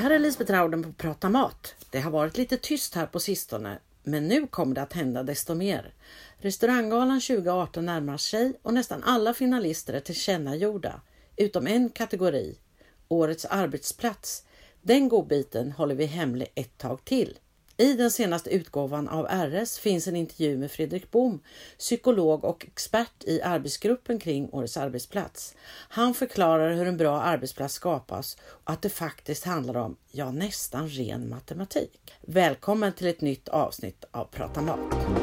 här är Lisbeth Rauden på Prata Mat. Det har varit lite tyst här på sistone, men nu kommer det att hända desto mer. Restauranggalan 2018 närmar sig och nästan alla finalister är tillkännagjorda, utom en kategori, årets arbetsplats. Den godbiten håller vi hemlig ett tag till. I den senaste utgåvan av RS finns en intervju med Fredrik Bohm, psykolog och expert i arbetsgruppen kring årets arbetsplats. Han förklarar hur en bra arbetsplats skapas och att det faktiskt handlar om, nästan ren matematik. Välkommen till ett nytt avsnitt av Prata Mat.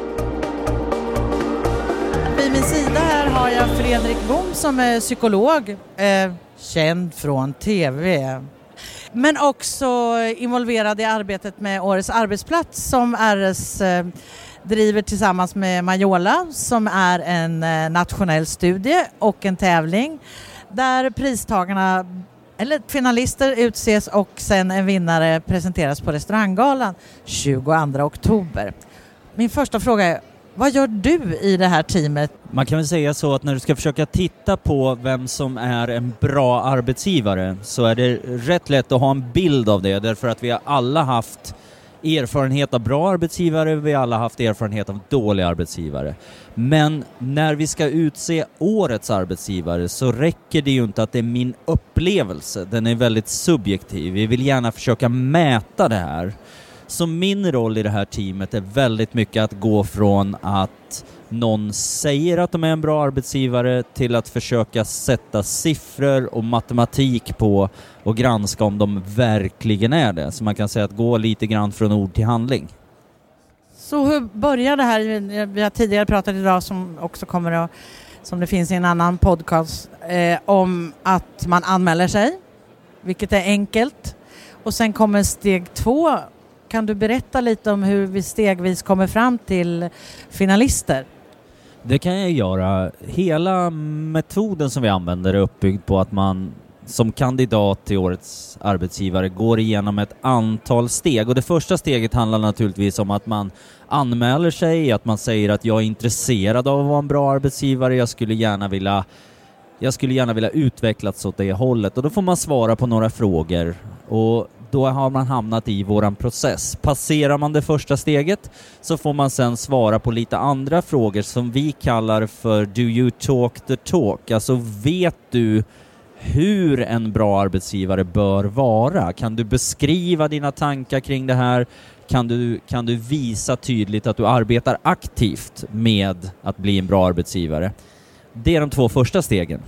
Vid min sida här har jag Fredrik Bohm som är psykolog, känd från tv. Men också involverad i arbetet med årets arbetsplats som RS driver tillsammans med Majola, som är en nationell studie och en tävling där pristagarna eller finalister utses och sen en vinnare presenteras på restauranggalan 22 oktober. Min första fråga är: vad gör du i det här teamet? Man kan väl säga så att när du ska försöka titta på vem som är en bra arbetsgivare så är det rätt lätt att ha en bild av det, därför att vi har alla haft erfarenhet av bra arbetsgivare, vi har alla haft erfarenhet av dåliga arbetsgivare. Men när vi ska utse årets arbetsgivare så räcker det ju inte att det är min upplevelse, den är väldigt subjektiv. Vi vill gärna försöka mäta det här. Så min roll i det här teamet är väldigt mycket att gå från att någon säger att de är en bra arbetsgivare till att försöka sätta siffror och matematik på och granska om de verkligen är det. Så man kan säga att gå lite grann från ord till handling. Så hur börjar det här? Vi har tidigare pratat idag som också kommer att, som det finns i en annan podcast, om att man anmäler sig, vilket är enkelt. Och sen kommer steg 2. Kan du berätta lite om hur vi stegvis kommer fram till finalister? Det kan jag göra. Hela metoden som vi använder är uppbyggd på att man som kandidat till årets arbetsgivare går igenom ett antal steg. Och det första steget handlar naturligtvis om att man anmäler sig, att man säger att jag är intresserad av att vara en bra arbetsgivare. Jag skulle gärna vilja utvecklas åt det hållet. Och då får man svara på några frågor och då har man hamnat i våran process. Passerar man det första steget så får man sen svara på lite andra frågor som vi kallar för do you talk the talk? Alltså vet du hur en bra arbetsgivare bör vara? Kan du beskriva dina tankar kring det här? Kan du visa tydligt att du arbetar aktivt med att bli en bra arbetsgivare? Det är de 2 första stegen.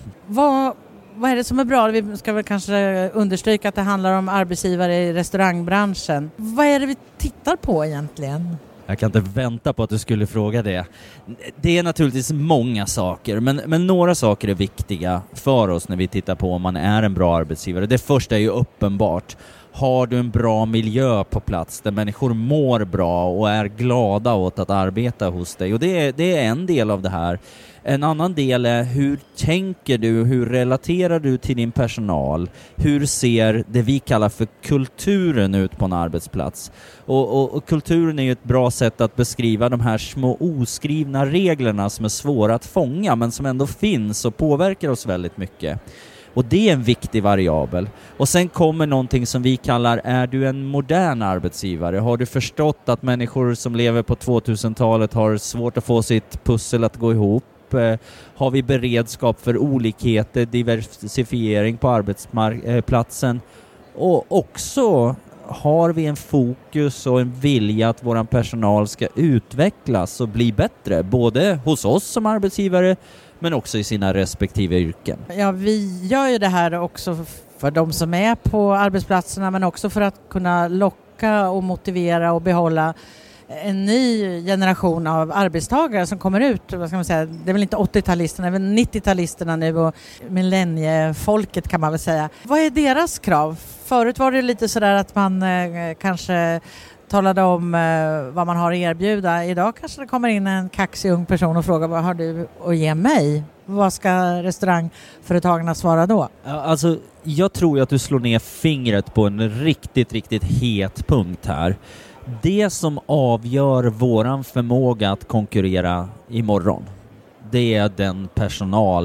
Vad är det som är bra? Vi ska väl kanske understryka att det handlar om arbetsgivare i restaurangbranschen. Vad är det vi tittar på egentligen? Jag kan inte vänta på att du skulle fråga det. Det är naturligtvis många saker, men några saker är viktiga för oss när vi tittar på om man är en bra arbetsgivare. Det första är ju uppenbart. Har du en bra miljö på plats där människor mår bra och är glada åt att arbeta hos dig? Och det är en del av det här. En annan del är hur tänker du, hur relaterar du till din personal? Hur ser det vi kallar för kulturen ut på en arbetsplats? Och kulturen är ju ett bra sätt att beskriva de här små oskrivna reglerna som är svåra att fånga men som ändå finns och påverkar oss väldigt mycket. Och det är en viktig variabel. Och sen kommer någonting som vi kallar, är du en modern arbetsgivare? Har du förstått att människor som lever på 2000-talet har svårt att få sitt pussel att gå ihop? Har vi beredskap för olikheter, diversifiering på arbetsplatsen? Och också har vi en fokus och en vilja att vår personal ska utvecklas och bli bättre, både hos oss som arbetsgivare men också i sina respektive yrken. Ja, vi gör ju det här också för de som är på arbetsplatserna men också för att kunna locka och motivera och behålla en ny generation av arbetstagare som kommer ut. Vad ska man säga? Det är väl inte 80-talisterna, det är väl 90-talisterna nu och millenniefolket kan man väl säga. Vad är deras krav? Förut var det lite sådär att man kanske talade om vad man har att erbjuda. Idag kanske det kommer in en kaxig ung person och frågar vad har du att ge mig? Vad ska restaurangföretagarna svara då? Alltså, jag tror att du slår ner fingret på en riktigt, riktigt het punkt här. Det som avgör våran förmåga att konkurrera imorgon, det är den personal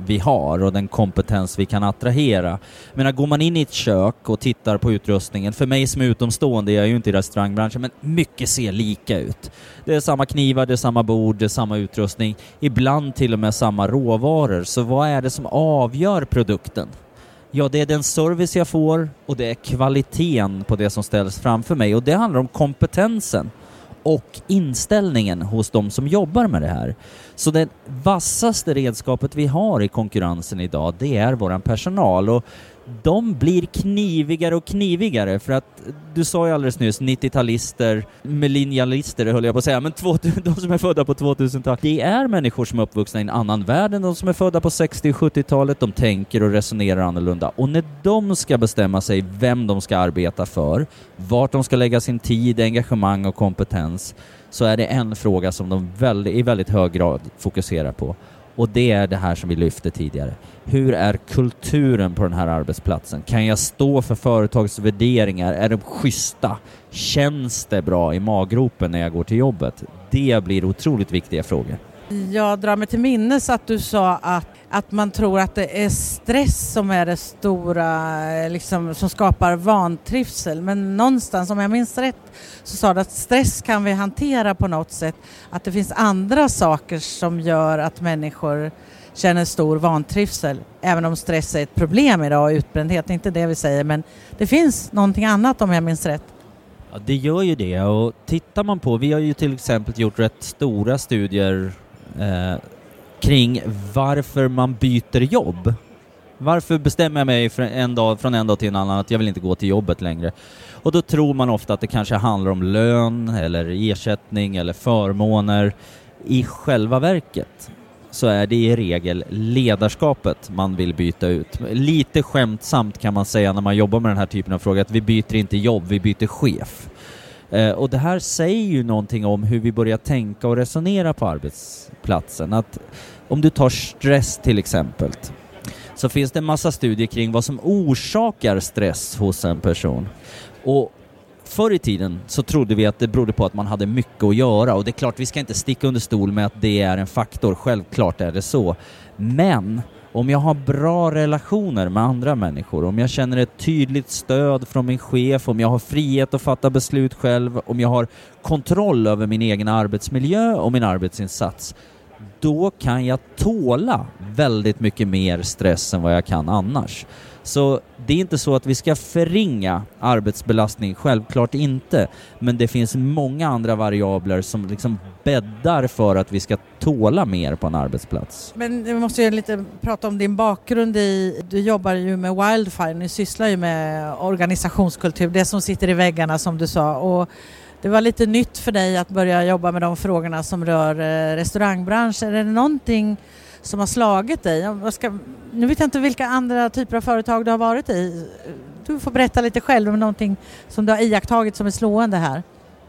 vi har och den kompetens vi kan attrahera. Men går man in i ett kök och tittar på utrustningen, för mig som är utomstående, jag är ju inte i restaurangbranschen, men mycket ser lika ut. Det är samma knivar, det är samma bord, det är samma utrustning, ibland till och med samma råvaror. Så vad är det som avgör produkten? Ja, det är den service jag får och det är kvaliteten på det som ställs framför mig, och det handlar om kompetensen och inställningen hos de som jobbar med det här. Så det vassaste redskapet vi har i konkurrensen idag, det är våran personal, och de blir knivigare och knivigare, för att du sa ju alldeles nyss 90-talister, millennialister höll jag på att säga, men de som är födda på 2000-talet, det är människor som är uppvuxna i en annan värld än de som är födda på 60- och 70-talet. De tänker och resonerar annorlunda, och när de ska bestämma sig vem de ska arbeta för, vart de ska lägga sin tid, engagemang och kompetens, så är det en fråga som de i väldigt hög grad fokuserar på. Och det är det här som vi lyfte tidigare. Hur är kulturen på den här arbetsplatsen? Kan jag stå för företags värderingar? Är de schyssta? Känns det bra i maggropen när jag går till jobbet? Det blir otroligt viktiga frågor. Jag drar mig till minnes att du sa att man tror att det är stress som är det stora, liksom, som skapar vantrivsel. Men någonstans, om jag minns rätt, så sa du att stress kan vi hantera på något sätt. Att det finns andra saker som gör att människor känner stor vantrivsel. Även om stress är ett problem idag och utbrändhet, inte det vi säger. Men det finns någonting annat, om jag minns rätt. Ja, det gör ju det, och tittar man på, vi har ju till exempel gjort rätt stora studier kring varför man byter jobb. Varför bestämmer jag mig från en dag till en annan att jag vill inte gå till jobbet längre? Och då tror man ofta att det kanske handlar om lön eller ersättning eller förmåner. I själva verket så är det i regel ledarskapet man vill byta ut. Lite skämtsamt kan man säga när man jobbar med den här typen av frågor, att vi byter inte jobb, vi byter chef. Och det här säger ju någonting om hur vi börjar tänka och resonera på arbetsplatsen. Att om du tar stress till exempel, så finns det en massa studier kring vad som orsakar stress hos en person. Och förr i tiden så trodde vi att det berodde på att man hade mycket att göra. Och det är klart, vi ska inte sticka under stol med att det är en faktor. Självklart är det så. Men om jag har bra relationer med andra människor, om jag känner ett tydligt stöd från min chef, om jag har frihet att fatta beslut själv, om jag har kontroll över min egen arbetsmiljö och min arbetsinsats, då kan jag tåla väldigt mycket mer stress än vad jag kan annars. Så det är inte så att vi ska förringa arbetsbelastning, självklart inte. Men det finns många andra variabler som liksom bäddar för att vi ska tåla mer på en arbetsplats. Men vi måste ju lite prata om din bakgrund. Du jobbar ju med Wildfire, ni sysslar ju med organisationskultur, det som sitter i väggarna som du sa. Och det var lite nytt för dig att börja jobba med de frågorna som rör restaurangbranschen. Är det någonting som har slagit dig? Nu vet jag inte vilka andra typer av företag du har varit i. Du får berätta lite själv om någonting som du har iakttagit som är slående här.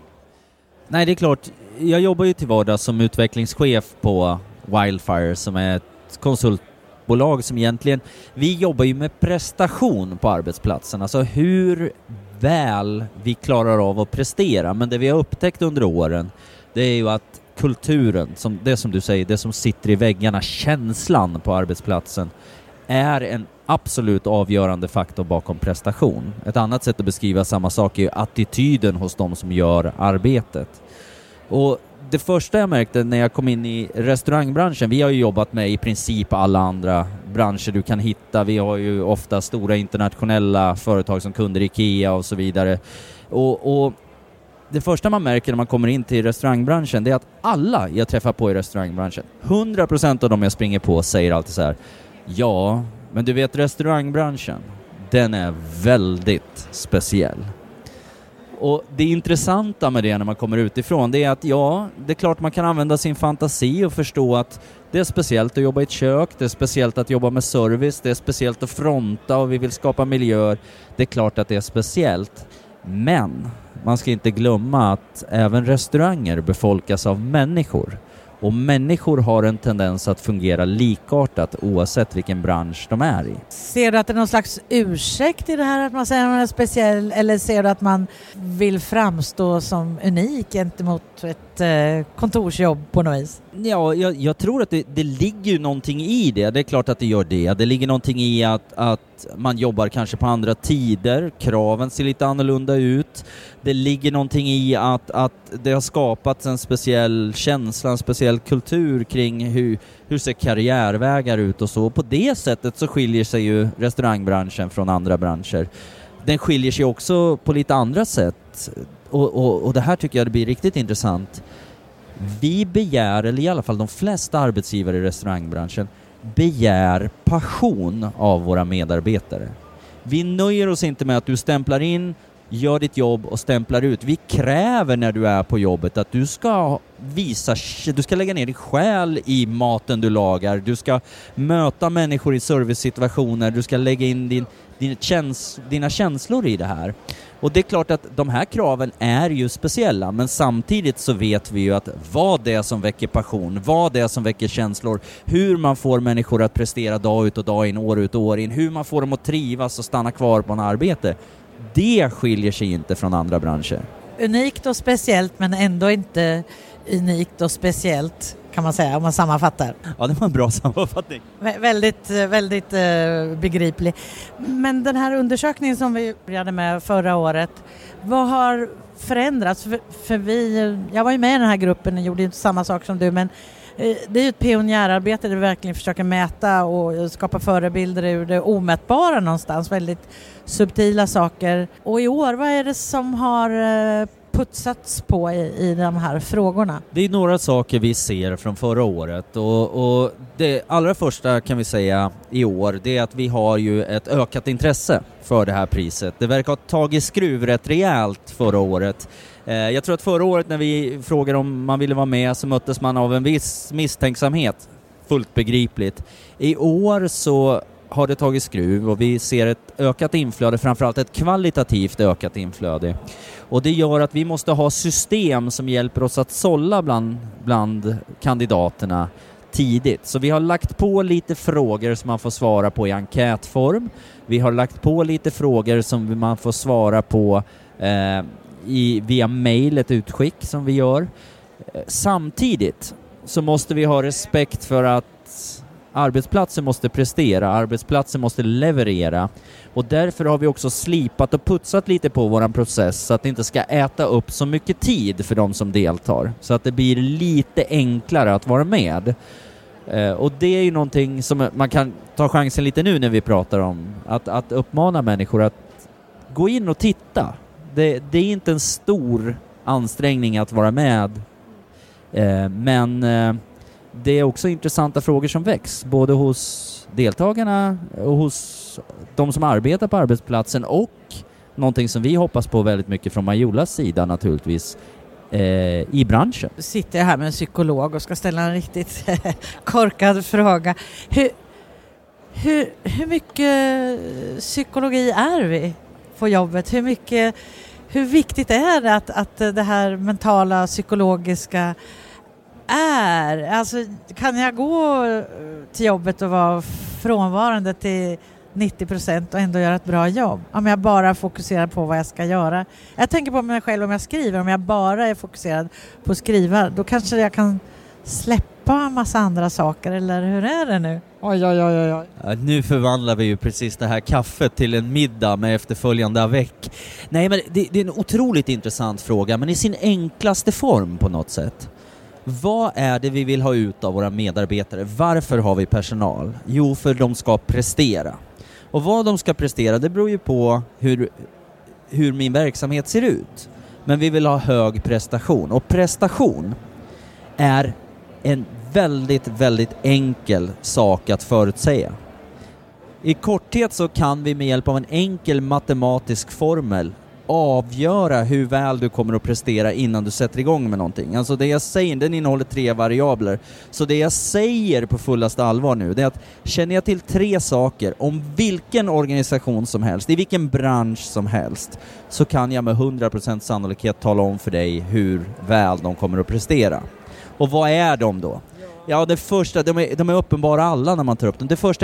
Nej, det är klart. Jag jobbar ju till vardags som utvecklingschef på Wildfire, som är ett konsultbolag som egentligen... Vi jobbar ju med prestation på arbetsplatsen. Alltså hur väl vi klarar av att prestera. Men det vi har upptäckt under åren, det är ju att kulturen, det som du säger, det som sitter i väggarna, känslan på arbetsplatsen, är en absolut avgörande faktor bakom prestation. Ett annat sätt att beskriva samma sak är ju attityden hos de som gör arbetet. Och det första jag märkte när jag kom in i restaurangbranschen, vi har ju jobbat med i princip alla andra branscher du kan hitta. Vi har ju ofta stora internationella företag som kunder, IKEA och så vidare. Och det första man märker när man kommer in till restaurangbranschen, det är att alla jag träffar på i restaurangbranschen, 100% av dem jag springer på säger alltid så här: ja, men du vet, restaurangbranschen, den är väldigt speciell. Och det intressanta med det när man kommer utifrån, det är att ja, det är klart man kan använda sin fantasi och förstå att det är speciellt att jobba i ett kök, det är speciellt att jobba med service, det är speciellt att fronta och vi vill skapa miljöer. Det är klart att det är speciellt, men man ska inte glömma att även restauranger befolkas av människor. Och människor har en tendens att fungera likartat oavsett vilken bransch de är i. Ser du att det är någon slags ursäkt i det här att man säger att man är speciell, eller ser du att man vill framstå som unik gentemot ett kontorsjobb på något vis? Ja, jag tror att det ligger ju någonting i det. Det är klart att det gör det. Det ligger någonting i att man jobbar kanske på andra tider. Kraven ser lite annorlunda ut. Det ligger någonting i att det har skapats en speciell känsla, en speciell kultur kring hur ser karriärvägar ut och så. På det sättet så skiljer sig ju restaurangbranschen från andra branscher. Den skiljer sig också på lite andra sätt. Och det här tycker jag det blir riktigt intressant. Vi begär, eller i alla fall de flesta arbetsgivare i restaurangbranschen begär passion av våra medarbetare. Vi nöjer oss inte med att du stämplar in, gör ditt jobb och stämplar ut. Vi kräver när du är på jobbet att du ska lägga ner din själ i maten du lagar. Du ska möta människor i servicesituationer. Du ska lägga in dina känslor i det här. Och det är klart att de här kraven är ju speciella, men samtidigt så vet vi ju att vad det är som väcker passion, vad det är som väcker känslor, hur man får människor att prestera dag ut och dag in, år ut och år in, hur man får dem att trivas och stanna kvar på en arbete. Det skiljer sig inte från andra branscher. Unikt och speciellt, men ändå inte unikt och speciellt, kan man säga, om man sammanfattar. Ja, det var en bra sammanfattning. Väldigt begriplig. Men den här undersökningen som vi började med förra året, vad har förändrats? För jag var ju med i den här gruppen och gjorde inte samma sak som du, men det är ju ett pionjärarbete där vi verkligen försöker mäta och skapa förebilder ur det omätbara någonstans. Väldigt subtila saker. Och i år, vad är det som har putsats på i de här frågorna? Det är några saker vi ser från förra året och det allra första kan vi säga i år, det är att vi har ju ett ökat intresse för det här priset. Det verkar ha tagit skruv rätt rejält förra året. Jag tror att förra året när vi frågade om man ville vara med så möttes man av en viss misstänksamhet. Fullt begripligt. I år så har det tagit skruv och vi ser ett ökat inflöde, framförallt ett kvalitativt ökat inflöde. Och det gör att vi måste ha system som hjälper oss att sålla bland kandidaterna tidigt. Så vi har lagt på lite frågor som man får svara på i enkätform. Vi har lagt på lite frågor som man får svara på via mail, ett utskick som vi gör. Samtidigt så måste vi ha respekt för att arbetsplatsen måste prestera, arbetsplatsen måste leverera, och därför har vi också slipat och putsat lite på våran process så att det inte ska äta upp så mycket tid för de som deltar, så att det blir lite enklare att vara med. Och det är ju någonting som man kan ta chansen lite nu när vi pratar om att uppmana människor att gå in och titta. Det är inte en stor ansträngning att vara med, men det är också intressanta frågor som väcks, både hos deltagarna och hos de som arbetar på arbetsplatsen, och någonting som vi hoppas på väldigt mycket från Majolas sida naturligtvis i branschen. Sitter jag här med en psykolog och ska ställa en riktigt korkad fråga. Hur mycket psykologi är vi på jobbet? Hur viktigt är det att det här mentala, psykologiska är? Alltså, kan jag gå till jobbet och vara frånvarande till 90% och ändå göra ett bra jobb? Om jag bara fokuserar på vad jag ska göra. Jag tänker på mig själv om jag skriver. Om jag bara är fokuserad på att skriva, då kanske jag kan släppa en massa andra saker. Eller hur är det nu? Oj. Ja, nu förvandlar vi ju precis det här kaffet till en middag med efterföljande avec. Nej, men det är en otroligt intressant fråga, men i sin enklaste form på något sätt. Vad är det vi vill ha ut av våra medarbetare? Varför har vi personal? Jo, för de ska prestera. Och vad de ska prestera, det beror ju på hur min verksamhet ser ut. Men vi vill ha hög prestation. Och prestation är en väldigt, väldigt enkel sak att förutsäga. I korthet så kan vi med hjälp av en enkel matematisk formel avgöra hur väl du kommer att prestera innan du sätter igång med någonting. Alltså det jag säger, den innehåller 3 variabler. Så det jag säger på fullaste allvar nu, det är att känner jag till 3 saker om vilken organisation som helst, i vilken bransch som helst, så kan jag med 100% sannolikhet tala om för dig hur väl de kommer att prestera. Och vad är de då? Ja, det första, de är uppenbara alla när man tar upp dem. Det första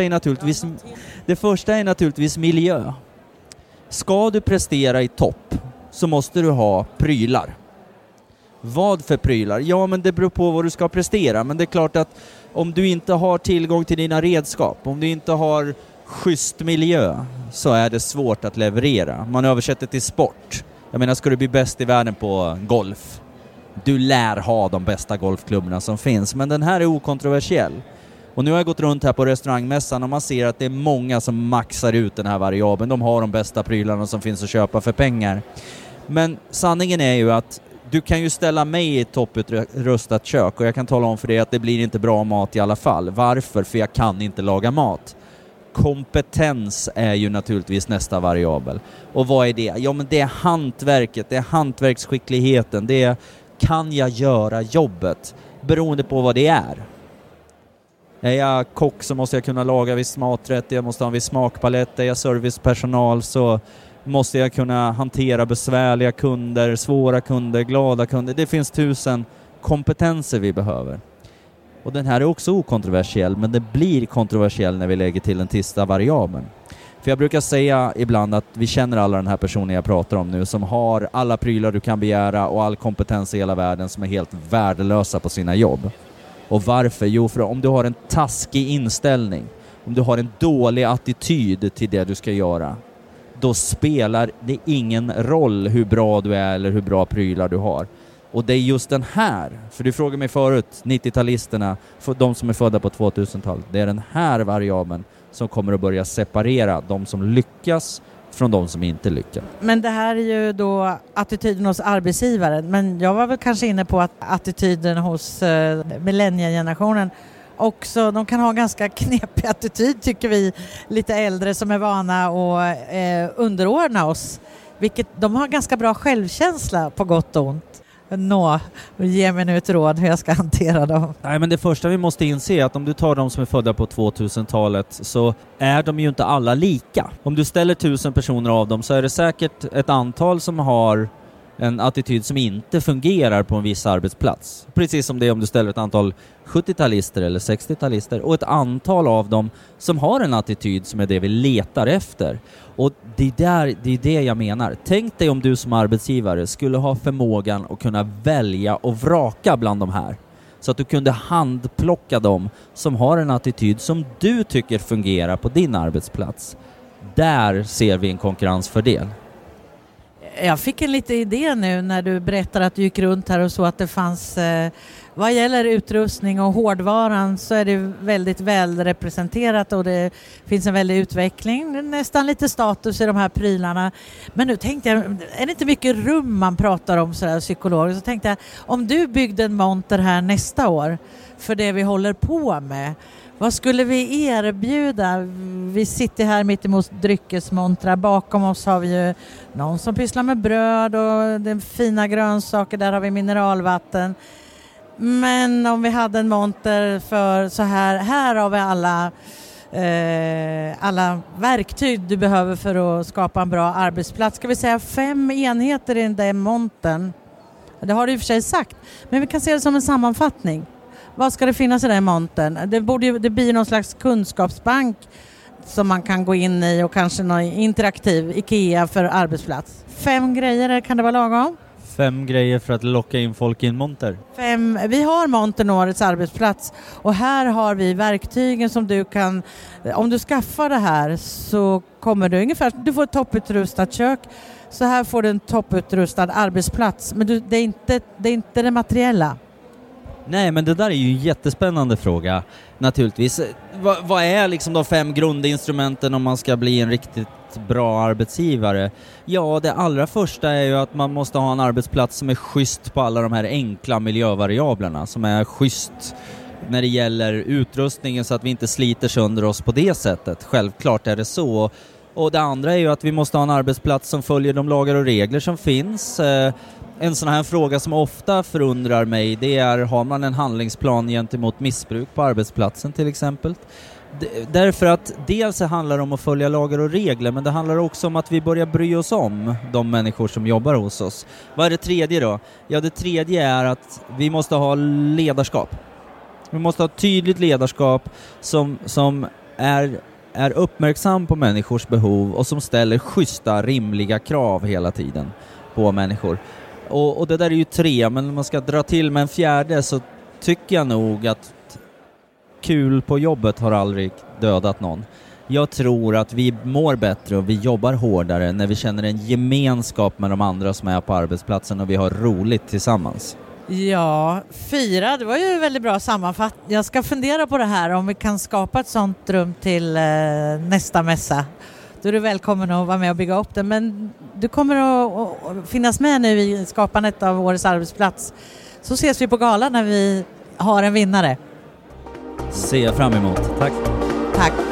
är naturligtvis miljö. Ska du prestera i topp så måste du ha prylar. Vad för prylar? Ja, men det beror på vad du ska prestera. Men det är klart att om du inte har tillgång till dina redskap, om du inte har schysst miljö, så är det svårt att leverera. Man översätter till sport. Jag menar, ska du bli bäst i världen på golf? Du lär ha de bästa golfklubborna som finns. Men den här är okontroversiell. Och nu har jag gått runt här på restaurangmässan och man ser att det är många som maxar ut den här variabeln. De har de bästa prylarna som finns att köpa för pengar. Men sanningen är ju att du kan ju ställa mig i ett topputrustat kök och jag kan tala om för dig att det blir inte bra mat i alla fall. Varför? För jag kan inte laga mat. Kompetens är ju naturligtvis nästa variabel. Och vad är det? Ja, men det är hantverket, det är hantverksskickligheten, det är kan jag göra jobbet beroende på vad det är. Är jag kock så måste jag kunna laga viss maträtt, jag måste ha en viss smakpalett. Är jag servicepersonal så måste jag kunna hantera besvärliga kunder, svåra kunder, glada kunder. Det finns 1000 kompetenser vi behöver. Och den här är också okontroversiell, men det blir kontroversiell när vi lägger till den sista variabeln. För jag brukar säga ibland att vi känner alla den här personen jag pratar om nu som har alla prylar du kan begära och all kompetens i hela världen som är helt värdelösa på sina jobb. Och varför? Jo, för om du har en taskig inställning, om du har en dålig attityd till det du ska göra, då spelar det ingen roll hur bra du är eller hur bra prylar du har. Och det är just den här, för du frågade mig förut, 90-talisterna, för de som är födda på 2000-talet, det är den här variabeln som kommer att börja separera de som lyckas från de som inte lyckas. Men det här är ju då attityden hos arbetsgivaren, men jag var väl kanske inne på att attityden hos millenniegenerationen också, de kan ha ganska knepig attityd tycker vi lite äldre som är vana att underordna oss, vilket de har ganska bra självkänsla på gott och ont. Ge mig nu ett råd hur jag ska hantera dem. Nej, men det första vi måste inse är att om du tar de som är födda på 2000-talet så är de ju inte alla lika. Om du ställer 1000 personer av dem så är det säkert ett antal som har en attityd som inte fungerar på en viss arbetsplats. Precis som det är om du ställer ett antal 70-talister eller 60-talister och ett antal av dem som har en attityd som är det vi letar efter. Och det är det jag menar. Tänk dig om du som arbetsgivare skulle ha förmågan att kunna välja och vraka bland de här. Så att du kunde handplocka dem som har en attityd som du tycker fungerar på din arbetsplats. Där ser vi en konkurrensfördel. Jag fick en liten idé nu när du berättade att du gick runt här och så att det fanns, vad gäller utrustning och hårdvaran så är det väldigt väl representerat och det finns en väldig utveckling, nästan lite status i de här prylarna. Men nu tänkte jag, är det inte mycket rum man pratar om sådär psykologiskt? Så tänkte jag, om du byggde en monter här nästa år för det vi håller på med, vad skulle vi erbjuda? Vi sitter här mitt emot dryckesmontrar. Bakom oss har vi ju någon som pysslar med bröd och det fina grönsaker. Där har vi mineralvatten. Men om vi hade en monter för så här har vi alla verktyg du behöver för att skapa en bra arbetsplats. Ska vi säga 5 enheter i den montern? Det har du i och för sig sagt. Men vi kan se det som en sammanfattning. Vad ska det finnas i den montern? Det blir någon slags kunskapsbank som man kan gå in i och kanske någon interaktiv IKEA för arbetsplats. 5 grejer, kan det vara lagom? 5 grejer för att locka in folk i en monter. 5. Vi har montern årets arbetsplats och här har vi verktygen som du kan, om du skaffar det här så kommer du får ett topputrustat kök. Så här får du en topputrustad arbetsplats. Men det är inte det materiella. Nej, men det där är ju en jättespännande fråga naturligtvis. Vad är liksom de 5 grundinstrumenten om man ska bli en riktigt bra arbetsgivare? Ja, det allra första är ju att man måste ha en arbetsplats som är schysst på alla de här enkla miljövariablerna, som är schysst när det gäller utrustningen så att vi inte sliter sönder oss på det sättet. Självklart är det så. Och det andra är ju att vi måste ha en arbetsplats som följer de lagar och regler som finns. En sån här fråga som ofta förundrar mig, det är, har man en handlingsplan gentemot missbruk på arbetsplatsen till exempel? Därför att dels handlar det om att följa lagar och regler, men det handlar också om att vi börjar bry oss om de människor som jobbar hos oss. Vad är det tredje då? Ja, det tredje är att vi måste ha ledarskap. Vi måste ha tydligt ledarskap som är uppmärksam på människors behov och som ställer schyssta, rimliga krav hela tiden på människor. Och det där är ju 3, men om man ska dra till med en 4 så tycker jag nog att kul på jobbet har aldrig dödat någon. Jag tror att vi mår bättre och vi jobbar hårdare när vi känner en gemenskap med de andra som är på arbetsplatsen och vi har roligt tillsammans. Ja, 4, det var ju väldigt bra sammanfattning. Jag ska fundera på det här om vi kan skapa ett sånt rum till nästa mässa. Då är du välkommen att vara med och bygga upp det. Men du kommer att finnas med nu i skapandet av årets arbetsplats. Så ses vi på galan när vi har en vinnare. Ser jag fram emot. Tack. Tack.